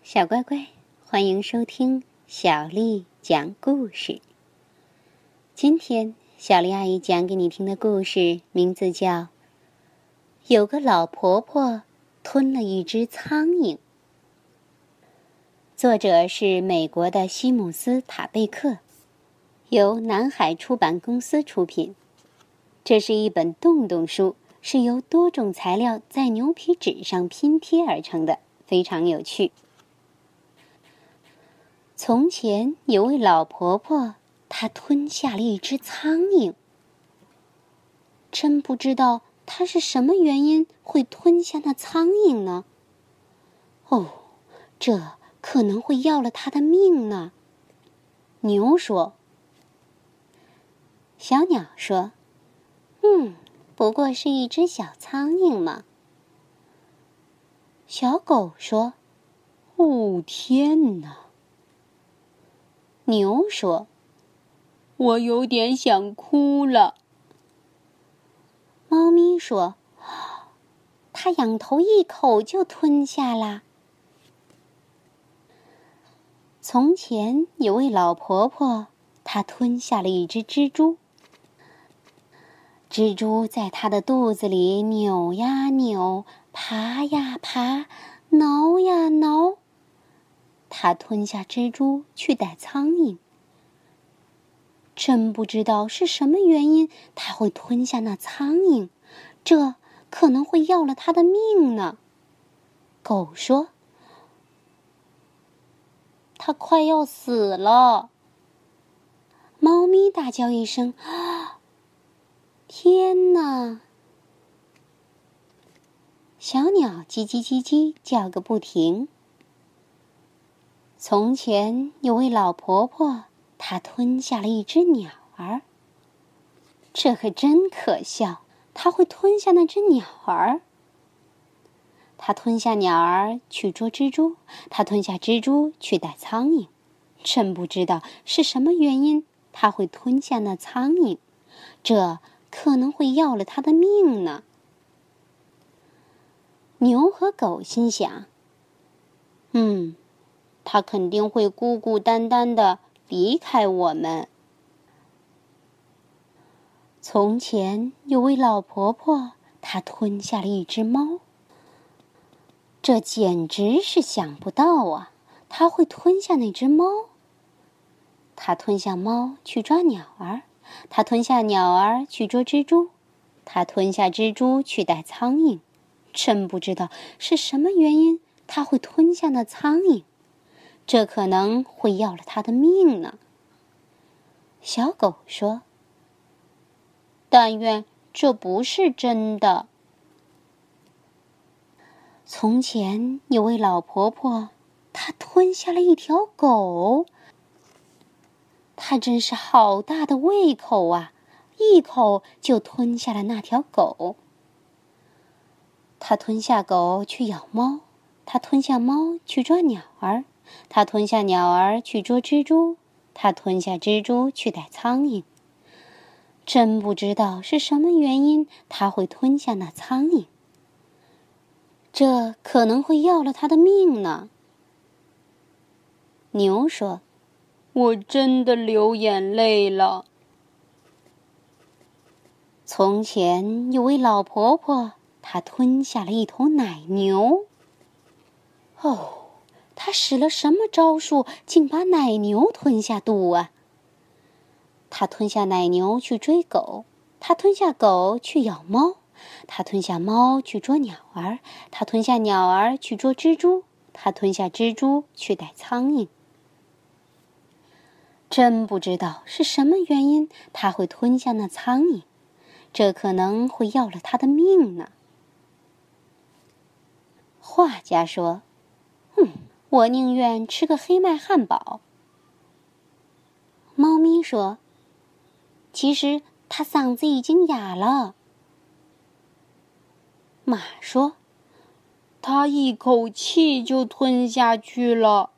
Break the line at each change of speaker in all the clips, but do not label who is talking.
小乖乖，欢迎收听小丽讲故事。今天小丽阿姨讲给你听的故事名字叫《有个老婆婆吞了一只苍蝇》，作者是美国的西姆斯·塔贝克，由南海出版公司出品。这是一本洞洞书，是由多种材料在牛皮纸上拼贴而成的，非常有趣。从前有位老婆婆，她吞下了一只苍蝇。真不知道她是什么原因会吞下那苍蝇呢？这可能会要了她的命呢。牛说。小鸟说，不过是一只小苍蝇嘛。小狗说，天哪！牛说，我有点想哭了。猫咪说，它仰头一口就吞下啦。从前有位老婆婆，她吞下了一只蜘蛛。蜘蛛在她的肚子里扭呀扭，爬呀爬，挠呀挠。她吞下蜘蛛去逮苍蝇。真不知道是什么原因她会吞下那苍蝇，这可能会要了她的命呢。狗说，它快要死了。猫咪大叫一声，天哪！小鸟叽叽叽叽叫个不停。从前有位老婆婆，她吞下了一只鸟儿。这可真可笑，她会吞下那只鸟儿。她吞下鸟儿去捉蜘蛛，她吞下蜘蛛去逮苍蝇。真不知道是什么原因她会吞下那苍蝇，这可能会要了她的命呢。牛和狗心想，她肯定会孤孤单单地离开我们。从前有位老婆婆，她吞下了一只猫。这简直是想不到啊！她会吞下那只猫。她吞下猫去抓鸟儿，她吞下鸟儿去捉蜘蛛，她吞下蜘蛛去逮苍蝇。真不知道是什么原因她会吞下那苍蝇，这可能会要了她的命呢。小狗说，但愿这不是真的。从前有位老婆婆，她吞下了一条狗。她真是好大的胃口啊，一口就吞下了那条狗。她吞下狗去咬猫，她吞下猫去抓鸟儿，她吞下鸟儿去捉蜘蛛，她吞下蜘蛛去逮苍蝇。真不知道是什么原因她会吞下那苍蝇，这可能会要了她的命呢。牛说，我真的流眼泪了。从前有位老婆婆，她吞下了一头奶牛。她使了什么招数，竟把奶牛吞下肚啊？她吞下奶牛去追狗，她吞下狗去咬猫，她吞下猫去捉鸟儿，她吞下鸟儿去捉蜘蛛，她吞下蜘蛛去逮苍蝇。真不知道是什么原因她会吞下那苍蝇，这可能会要了她的命呢。画家说，我宁愿吃个黑麦汉堡。猫咪说，其实它嗓子已经哑了。马说，它一口气就吞下去了。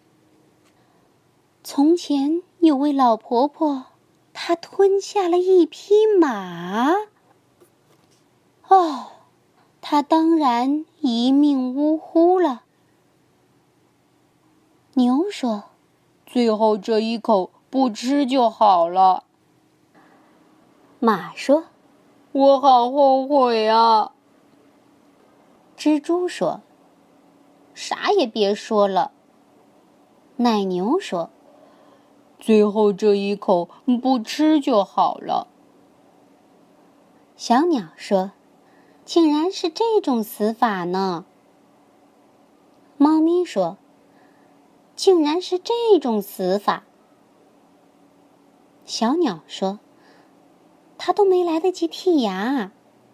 从前有位老婆婆，她吞下了一匹马。她当然一命呜呼了。 牛说：“
最后这一口不吃就好了。”
马说：“
我好后悔啊。”
蜘蛛说：“啥也别说了。”奶牛说：“
最后这一口不吃就好了。”
小鸟说：“竟然是这种死法呢！”猫咪说：“竟然是这种死法！”小鸟说：“它都没来得及剔牙。”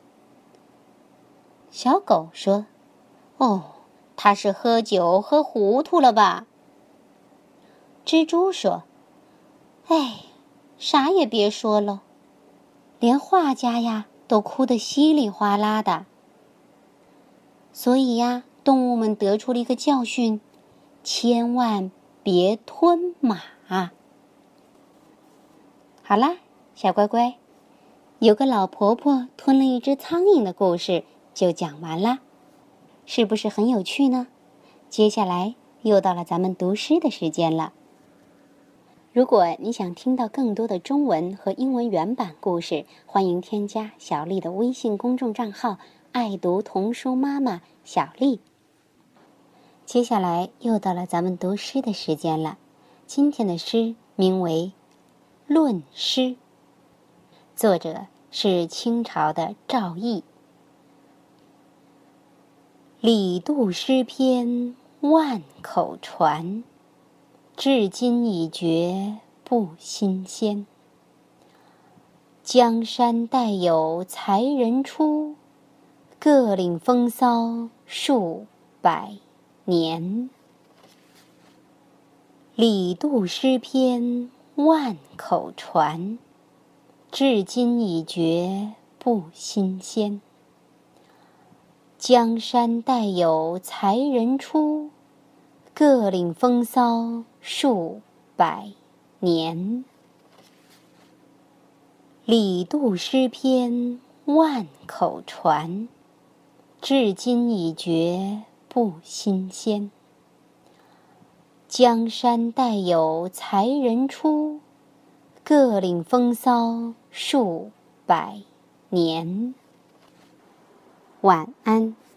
小狗说：“哦，它是喝酒喝糊涂了吧？”蜘蛛说：“哎，啥也别说了，连画家呀都哭得稀里哗啦的。”所以呀，动物们得出了一个教训：千万别吞马。好啦，小乖乖，有个老婆婆吞了一只苍蝇的故事就讲完啦，是不是很有趣呢？接下来又到了咱们读诗的时间了。如果你想听到更多的中文和英文原版故事，欢迎添加小丽的微信公众账号爱读童书妈妈小丽。接下来又到了咱们读诗的时间了。今天的诗名为《论诗》，作者是清朝的赵翼。李杜诗篇万口传，至今已绝不新鲜。江山代有才人出，各领风骚数百年。李杜诗篇万口传，至今已绝不新鲜。江山代有才人出，各领风骚数百年。李杜诗篇万口传，至今已绝不新鲜。江山代有才人出，各领风骚数百年。晚安。